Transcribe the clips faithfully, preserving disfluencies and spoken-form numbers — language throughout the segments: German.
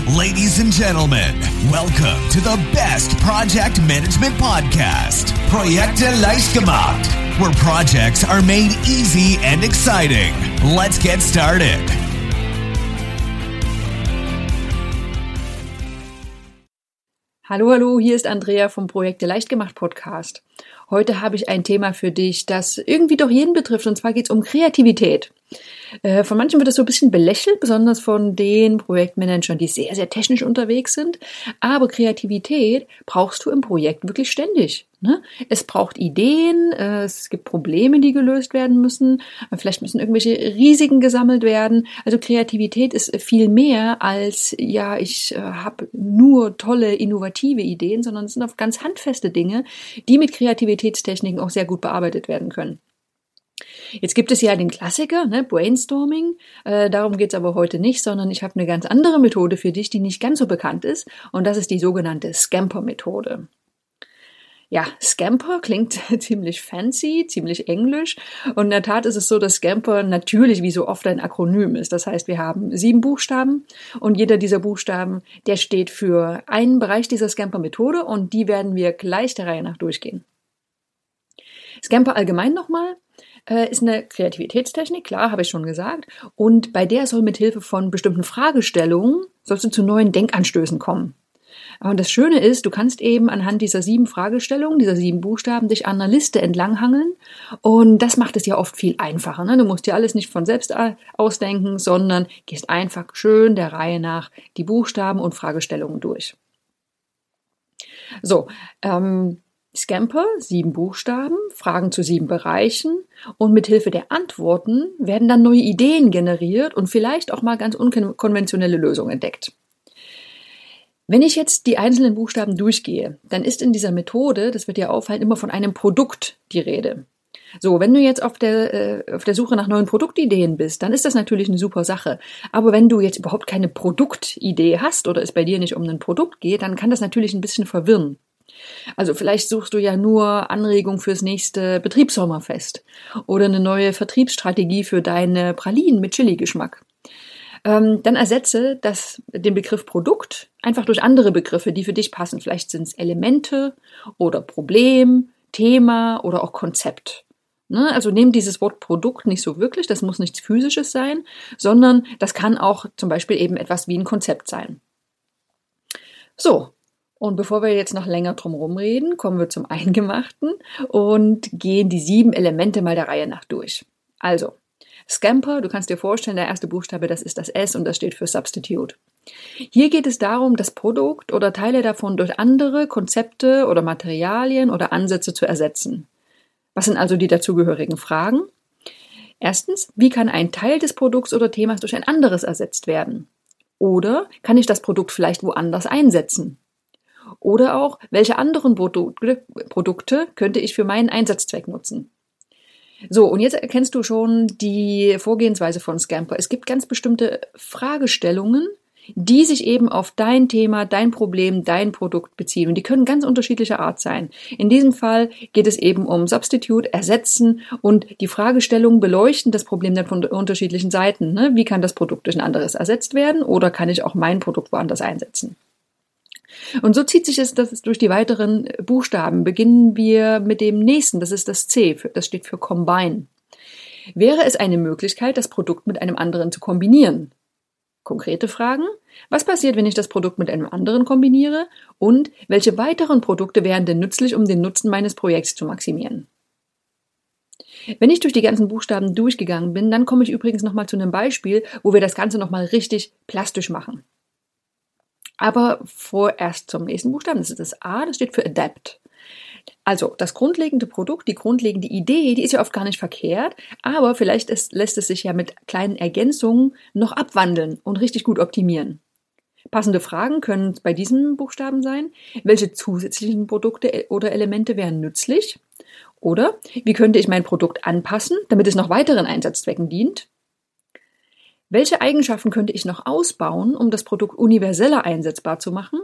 Ladies and gentlemen, welcome to the best project management podcast, Projekte leicht gemacht, where projects are made easy and exciting. Let's get started. Hallo, hallo, hier ist Andrea vom Projekte leicht gemacht Podcast. Heute habe ich ein Thema für dich, das irgendwie doch jeden betrifft, und zwar geht es um Kreativität. Äh, von manchen wird das so ein bisschen belächelt, besonders von den Projektmanagern, die sehr, sehr technisch unterwegs sind. Aber Kreativität brauchst du im Projekt wirklich ständig. Ne? Es braucht Ideen, äh, es gibt Probleme, die gelöst werden müssen, vielleicht müssen irgendwelche Risiken gesammelt werden. Also Kreativität ist viel mehr als, ja, ich äh, habe nur tolle, innovative Ideen, sondern es sind oft ganz handfeste Dinge, die mit Kreativitätstechniken auch sehr gut bearbeitet werden können. Jetzt gibt es ja den Klassiker, ne, Brainstorming. Äh, darum geht es aber heute nicht, sondern ich habe eine ganz andere Methode für dich, die nicht ganz so bekannt ist. Und das ist die sogenannte Scamper-Methode. Ja, Scamper klingt ziemlich fancy, ziemlich englisch. Und in der Tat ist es so, dass Scamper natürlich wie so oft ein Akronym ist. Das heißt, wir haben sieben Buchstaben und jeder dieser Buchstaben, der steht für einen Bereich dieser Scamper-Methode und die werden wir gleich der Reihe nach durchgehen. Scamper allgemein nochmal. Ist eine Kreativitätstechnik, klar, habe ich schon gesagt. Und bei der soll mit Hilfe von bestimmten Fragestellungen, sollst du zu neuen Denkanstößen kommen. Und das Schöne ist, du kannst eben anhand dieser sieben Fragestellungen, dieser sieben Buchstaben, dich an einer Liste entlanghangeln. Und das macht es ja oft viel einfacher. Ne? Du musst dir alles nicht von selbst ausdenken, sondern gehst einfach schön der Reihe nach die Buchstaben und Fragestellungen durch. So, ähm, Scamper, sieben Buchstaben, Fragen zu sieben Bereichen und mit Hilfe der Antworten werden dann neue Ideen generiert und vielleicht auch mal ganz unkonventionelle Lösungen entdeckt. Wenn ich jetzt die einzelnen Buchstaben durchgehe, dann ist in dieser Methode, das wird dir auffallen, immer von einem Produkt die Rede. So, wenn du jetzt auf der, äh, auf der Suche nach neuen Produktideen bist, dann ist das natürlich eine super Sache. Aber wenn du jetzt überhaupt keine Produktidee hast oder es bei dir nicht um ein Produkt geht, dann kann das natürlich ein bisschen verwirren. Also vielleicht suchst du ja nur Anregung fürs nächste Betriebssommerfest oder eine neue Vertriebsstrategie für deine Pralinen mit Chili-Geschmack. Ähm, dann ersetze das, den Begriff Produkt einfach durch andere Begriffe, die für dich passen. Vielleicht sind es Elemente oder Problem, Thema oder auch Konzept. Ne? Also nimm dieses Wort Produkt nicht so wirklich, das muss nichts Physisches sein, sondern das kann auch zum Beispiel eben etwas wie ein Konzept sein. So. Und bevor wir jetzt noch länger drum rumreden, kommen wir zum Eingemachten und gehen die sieben Elemente mal der Reihe nach durch. Also, Scamper, du kannst dir vorstellen, der erste Buchstabe, das ist das S und das steht für Substitute. Hier geht es darum, das Produkt oder Teile davon durch andere Konzepte oder Materialien oder Ansätze zu ersetzen. Was sind also die dazugehörigen Fragen? Erstens, wie kann ein Teil des Produkts oder Themas durch ein anderes ersetzt werden? Oder kann ich das Produkt vielleicht woanders einsetzen? Oder auch, welche anderen Produkte, Produkte könnte ich für meinen Einsatzzweck nutzen? So, und jetzt erkennst du schon die Vorgehensweise von Scamper. Es gibt ganz bestimmte Fragestellungen, die sich eben auf dein Thema, dein Problem, dein Produkt beziehen. Und die können ganz unterschiedlicher Art sein. In diesem Fall geht es eben um Substitute, Ersetzen und die Fragestellungen beleuchten das Problem dann von unterschiedlichen Seiten. Ne? Wie kann das Produkt durch ein anderes ersetzt werden oder kann ich auch mein Produkt woanders einsetzen? Und so zieht sich es das durch die weiteren Buchstaben. Beginnen wir mit dem nächsten, das ist das C, das steht für Combine. Wäre es eine Möglichkeit, das Produkt mit einem anderen zu kombinieren? Konkrete Fragen: Was passiert, wenn ich das Produkt mit einem anderen kombiniere? Und welche weiteren Produkte wären denn nützlich, um den Nutzen meines Projekts zu maximieren? Wenn ich durch die ganzen Buchstaben durchgegangen bin, dann komme ich übrigens nochmal zu einem Beispiel, wo wir das Ganze nochmal richtig plastisch machen. Aber vorerst zum nächsten Buchstaben, das ist das A, das steht für Adapt. Also das grundlegende Produkt, die grundlegende Idee, die ist ja oft gar nicht verkehrt, aber vielleicht ist, lässt es sich ja mit kleinen Ergänzungen noch abwandeln und richtig gut optimieren. Passende Fragen können bei diesem Buchstaben sein: Welche zusätzlichen Produkte oder Elemente wären nützlich? Oder wie könnte ich mein Produkt anpassen, damit es noch weiteren Einsatzzwecken dient? Welche Eigenschaften könnte ich noch ausbauen, um das Produkt universeller einsetzbar zu machen?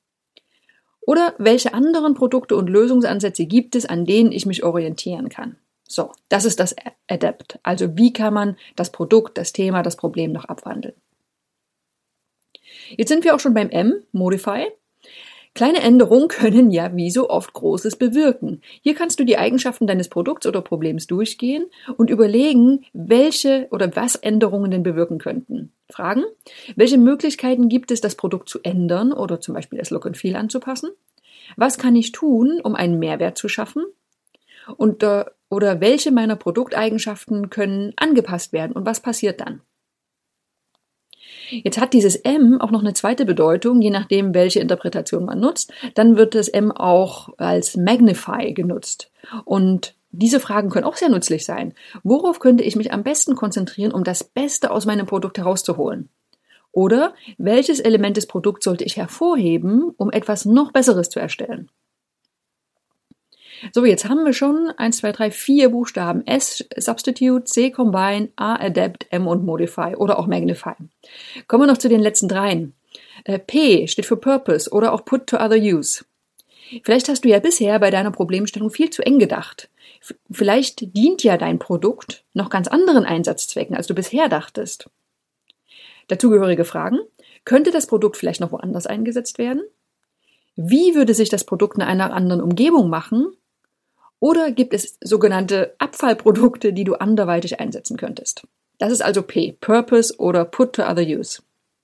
Oder welche anderen Produkte und Lösungsansätze gibt es, an denen ich mich orientieren kann? So, das ist das Adapt. Also wie kann man das Produkt, das Thema, das Problem noch abwandeln? Jetzt sind wir auch schon beim M, Modify. Kleine Änderungen können ja wie so oft Großes bewirken. Hier kannst du die Eigenschaften deines Produkts oder Problems durchgehen und überlegen, welche oder was Änderungen denn bewirken könnten. Fragen: Welche Möglichkeiten gibt es, das Produkt zu ändern oder zum Beispiel das Look and Feel anzupassen? Was kann ich tun, um einen Mehrwert zu schaffen? Und, äh, oder welche meiner Produkteigenschaften können angepasst werden und was passiert dann? Jetzt hat dieses M auch noch eine zweite Bedeutung, je nachdem, welche Interpretation man nutzt. Dann wird das M auch als Magnify genutzt. Und diese Fragen können auch sehr nützlich sein. Worauf könnte ich mich am besten konzentrieren, um das Beste aus meinem Produkt herauszuholen? Oder welches Element des Produkts sollte ich hervorheben, um etwas noch Besseres zu erstellen? So, jetzt haben wir schon eins, zwei, drei, vier Buchstaben. S, Substitute, C, Combine, A, Adapt, M und Modify oder auch Magnify. Kommen wir noch zu den letzten dreien. Äh, P steht für Purpose oder auch Put to Other Use. Vielleicht hast du ja bisher bei deiner Problemstellung viel zu eng gedacht. F- vielleicht dient ja dein Produkt noch ganz anderen Einsatzzwecken, als du bisher dachtest. Dazugehörige Fragen: Könnte das Produkt vielleicht noch woanders eingesetzt werden? Wie würde sich das Produkt in einer anderen Umgebung machen? Oder gibt es sogenannte Abfallprodukte, die du anderweitig einsetzen könntest? Das ist also P, Purpose oder Put to Other Use.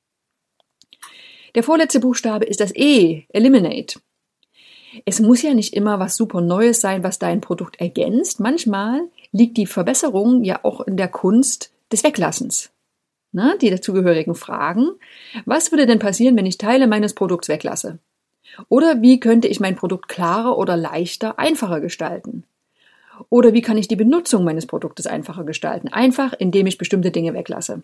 Der vorletzte Buchstabe ist das E, Eliminate. Es muss ja nicht immer was super Neues sein, was dein Produkt ergänzt. Manchmal liegt die Verbesserung ja auch in der Kunst des Weglassens. Na, die dazugehörigen Fragen: Was würde denn passieren, wenn ich Teile meines Produkts weglasse? Oder wie könnte ich mein Produkt klarer oder leichter, einfacher gestalten? Oder wie kann ich die Benutzung meines Produktes einfacher gestalten? Einfach, indem ich bestimmte Dinge weglasse.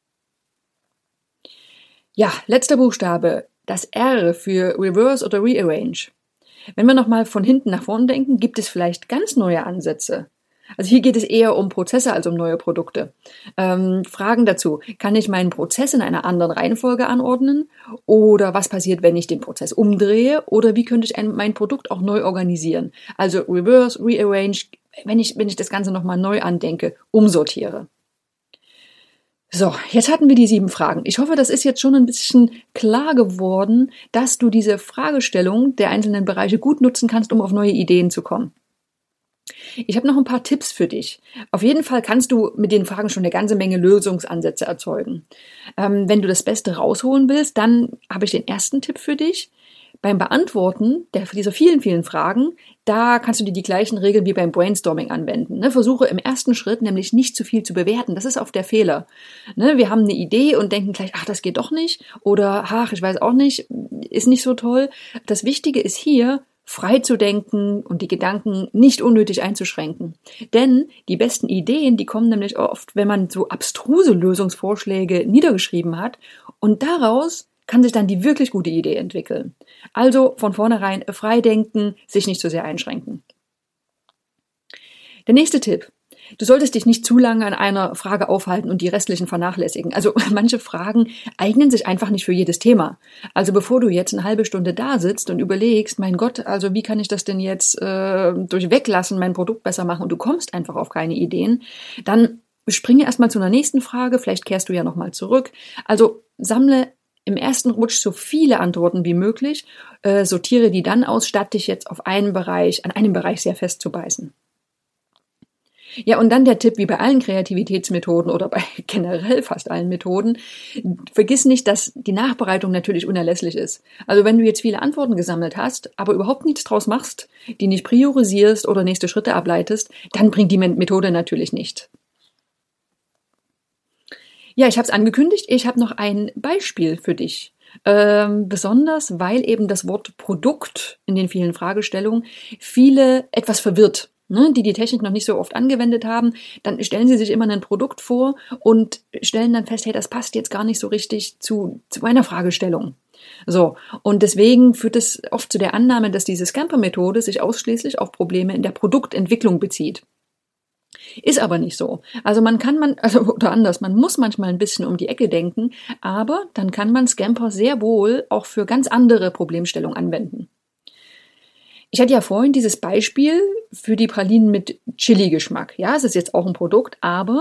Ja, letzter Buchstabe, das R für Reverse oder Rearrange. Wenn wir nochmal von hinten nach vorn denken, gibt es vielleicht ganz neue Ansätze. Also hier geht es eher um Prozesse als um neue Produkte. Ähm, Fragen dazu: Kann ich meinen Prozess in einer anderen Reihenfolge anordnen? Oder was passiert, wenn ich den Prozess umdrehe? Oder wie könnte ich ein, mein Produkt auch neu organisieren? Also Reverse, Rearrange, wenn ich, wenn ich das Ganze nochmal neu andenke, umsortiere. So, jetzt hatten wir die sieben Fragen. Ich hoffe, das ist jetzt schon ein bisschen klar geworden, dass du diese Fragestellung der einzelnen Bereiche gut nutzen kannst, um auf neue Ideen zu kommen. Ich habe noch ein paar Tipps für dich. Auf jeden Fall kannst du mit den Fragen schon eine ganze Menge Lösungsansätze erzeugen. Ähm, wenn du das Beste rausholen willst, dann habe ich den ersten Tipp für dich. Beim Beantworten der, dieser vielen, vielen Fragen, da kannst du dir die gleichen Regeln wie beim Brainstorming anwenden. Ne? Versuche im ersten Schritt nämlich nicht zu viel zu bewerten. Das ist oft der Fehler. Ne? Wir haben eine Idee und denken gleich, ach, das geht doch nicht. Oder, ach, ich weiß auch nicht, ist nicht so toll. Das Wichtige ist hier, frei zu denken und die Gedanken nicht unnötig einzuschränken. Denn die besten Ideen, die kommen nämlich oft, wenn man so abstruse Lösungsvorschläge niedergeschrieben hat, und daraus kann sich dann die wirklich gute Idee entwickeln. Also von vornherein frei denken, sich nicht zu sehr einschränken. Der nächste Tipp: Du solltest dich nicht zu lange an einer Frage aufhalten und die restlichen vernachlässigen. Also manche Fragen eignen sich einfach nicht für jedes Thema. Also bevor du jetzt eine halbe Stunde da sitzt und überlegst, mein Gott, also wie kann ich das denn jetzt äh, durch Weglassen mein Produkt besser machen, und du kommst einfach auf keine Ideen, dann springe erstmal zu einer nächsten Frage, vielleicht kehrst du ja nochmal zurück. Also sammle im ersten Rutsch so viele Antworten wie möglich, äh, sortiere die dann aus, statt dich jetzt auf einen Bereich, an einem Bereich sehr festzubeißen. Ja, und dann der Tipp, wie bei allen Kreativitätsmethoden oder bei generell fast allen Methoden: Vergiss nicht, dass die Nachbereitung natürlich unerlässlich ist. Also wenn du jetzt viele Antworten gesammelt hast, aber überhaupt nichts draus machst, die nicht priorisierst oder nächste Schritte ableitest, dann bringt die Methode natürlich nicht. Ja, ich habe es angekündigt, ich habe noch ein Beispiel für dich. Ähm, besonders, weil eben das Wort Produkt in den vielen Fragestellungen viele etwas verwirrt. Ne, die die Technik noch nicht so oft angewendet haben, dann stellen sie sich immer ein Produkt vor und stellen dann fest, hey, das passt jetzt gar nicht so richtig zu, zu meiner Fragestellung. So, und deswegen führt es oft zu der Annahme, dass diese Scamper-Methode sich ausschließlich auf Probleme in der Produktentwicklung bezieht. Ist aber nicht so. Also man kann man, also oder anders, man muss manchmal ein bisschen um die Ecke denken, aber dann kann man Scamper sehr wohl auch für ganz andere Problemstellungen anwenden. Ich hatte ja vorhin dieses Beispiel für die Pralinen mit Chili-Geschmack. Ja, es ist jetzt auch ein Produkt, aber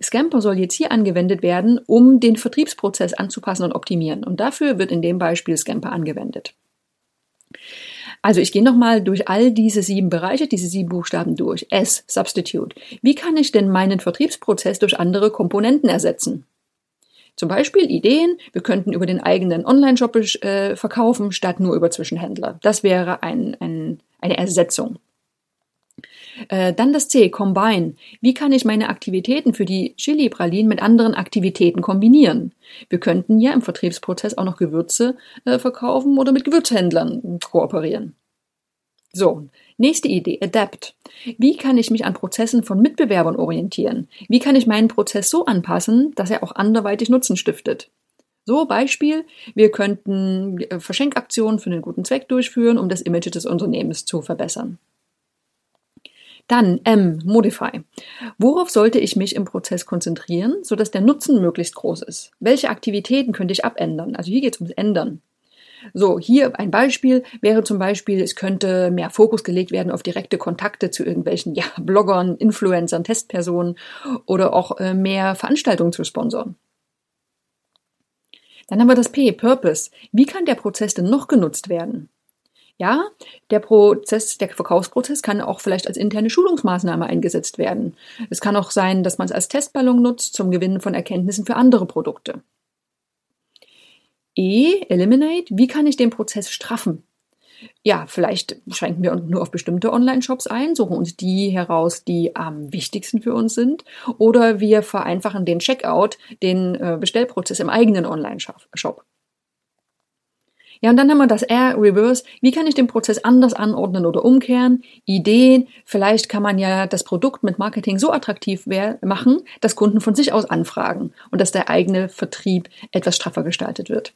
Scamper soll jetzt hier angewendet werden, um den Vertriebsprozess anzupassen und optimieren. Und dafür wird in dem Beispiel Scamper angewendet. Also ich gehe nochmal durch all diese sieben Bereiche, diese sieben Buchstaben durch. S, Substitute. Wie kann ich denn meinen Vertriebsprozess durch andere Komponenten ersetzen? Zum Beispiel Ideen, wir könnten über den eigenen Online-Shop äh, verkaufen, statt nur über Zwischenhändler. Das wäre ein, ein, eine Ersetzung. Äh, dann das C, Combine. Wie kann ich meine Aktivitäten für die Chili-Pralinen mit anderen Aktivitäten kombinieren? Wir könnten ja im Vertriebsprozess auch noch Gewürze äh, verkaufen oder mit Gewürzhändlern kooperieren. So, nächste Idee, Adapt. Wie kann ich mich an Prozessen von Mitbewerbern orientieren? Wie kann ich meinen Prozess so anpassen, dass er auch anderweitig Nutzen stiftet? So, Beispiel, wir könnten Verschenkaktionen für einen guten Zweck durchführen, um das Image des Unternehmens zu verbessern. Dann M, Modify. Worauf sollte ich mich im Prozess konzentrieren, sodass der Nutzen möglichst groß ist? Welche Aktivitäten könnte ich abändern? Also hier geht es ums Ändern. So, hier ein Beispiel wäre zum Beispiel, es könnte mehr Fokus gelegt werden auf direkte Kontakte zu irgendwelchen ja, Bloggern, Influencern, Testpersonen oder auch äh, mehr Veranstaltungen zu sponsern. Dann haben wir das P, Purpose. Wie kann der Prozess denn noch genutzt werden? Ja, der Prozess, der Verkaufsprozess kann auch vielleicht als interne Schulungsmaßnahme eingesetzt werden. Es kann auch sein, dass man es als Testballon nutzt zum Gewinnen von Erkenntnissen für andere Produkte. E, Eliminate. Wie kann ich den Prozess straffen? Ja, vielleicht schränken wir uns nur auf bestimmte Online-Shops ein, suchen uns die heraus, die am wichtigsten für uns sind. Oder wir vereinfachen den Checkout, den äh, Bestellprozess im eigenen Online-Shop. Ja, und dann haben wir das R, Reverse. Wie kann ich den Prozess anders anordnen oder umkehren? Ideen. Vielleicht kann man ja das Produkt mit Marketing so attraktiv machen, dass Kunden von sich aus anfragen und dass der eigene Vertrieb etwas straffer gestaltet wird.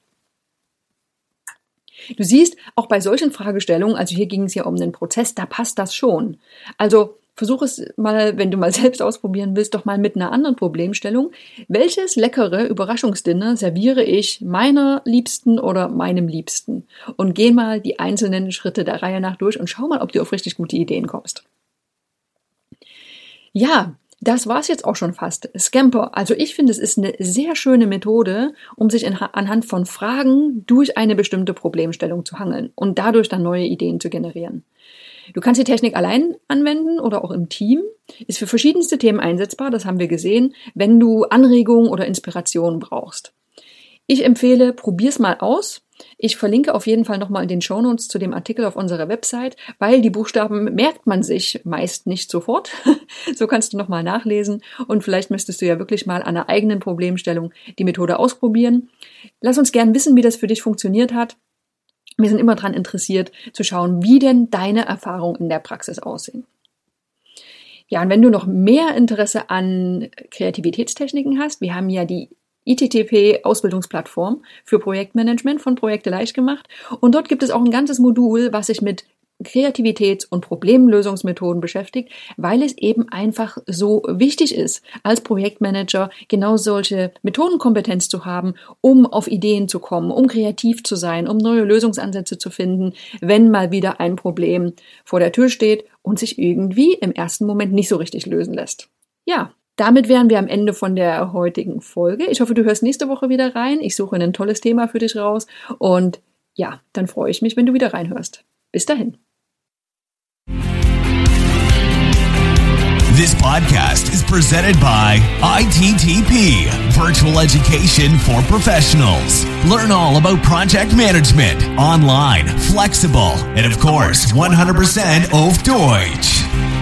Du siehst, auch bei solchen Fragestellungen, also hier ging es ja um den Prozess, da passt das schon. Also versuch es mal, wenn du mal selbst ausprobieren willst, doch mal mit einer anderen Problemstellung. Welches leckere Überraschungsdinner serviere ich meiner Liebsten oder meinem Liebsten? Und geh mal die einzelnen Schritte der Reihe nach durch und schau mal, ob du auf richtig gute Ideen kommst. Ja, das war's jetzt auch schon fast. Scamper. Also ich finde, es ist eine sehr schöne Methode, um sich in, anhand von Fragen durch eine bestimmte Problemstellung zu hangeln und dadurch dann neue Ideen zu generieren. Du kannst die Technik allein anwenden oder auch im Team. Ist für verschiedenste Themen einsetzbar, das haben wir gesehen, wenn du Anregungen oder Inspirationen brauchst. Ich empfehle, probier's mal aus. Ich verlinke auf jeden Fall nochmal in den Shownotes zu dem Artikel auf unserer Website, weil die Buchstaben merkt man sich meist nicht sofort. So kannst du nochmal nachlesen und vielleicht müsstest du ja wirklich mal an einer eigenen Problemstellung die Methode ausprobieren. Lass uns gern wissen, wie das für dich funktioniert hat. Wir sind immer daran interessiert, zu schauen, wie denn deine Erfahrungen in der Praxis aussehen. Ja, und wenn du noch mehr Interesse an Kreativitätstechniken hast, wir haben ja die I T T P-Ausbildungsplattform für Projektmanagement von Projekte leicht gemacht. Und dort gibt es auch ein ganzes Modul, was sich mit Kreativitäts- und Problemlösungsmethoden beschäftigt, weil es eben einfach so wichtig ist, als Projektmanager genau solche Methodenkompetenz zu haben, um auf Ideen zu kommen, um kreativ zu sein, um neue Lösungsansätze zu finden, wenn mal wieder ein Problem vor der Tür steht und sich irgendwie im ersten Moment nicht so richtig lösen lässt. Ja. Damit wären wir am Ende von der heutigen Folge. Ich hoffe, du hörst nächste Woche wieder rein. Ich suche ein tolles Thema für dich raus. Und ja, dann freue ich mich, wenn du wieder reinhörst. Bis dahin. This podcast is presented by I T T P, Virtual Education for Professionals. Learn all about project management, online, flexible, and of course, one hundred percent auf Deutsch.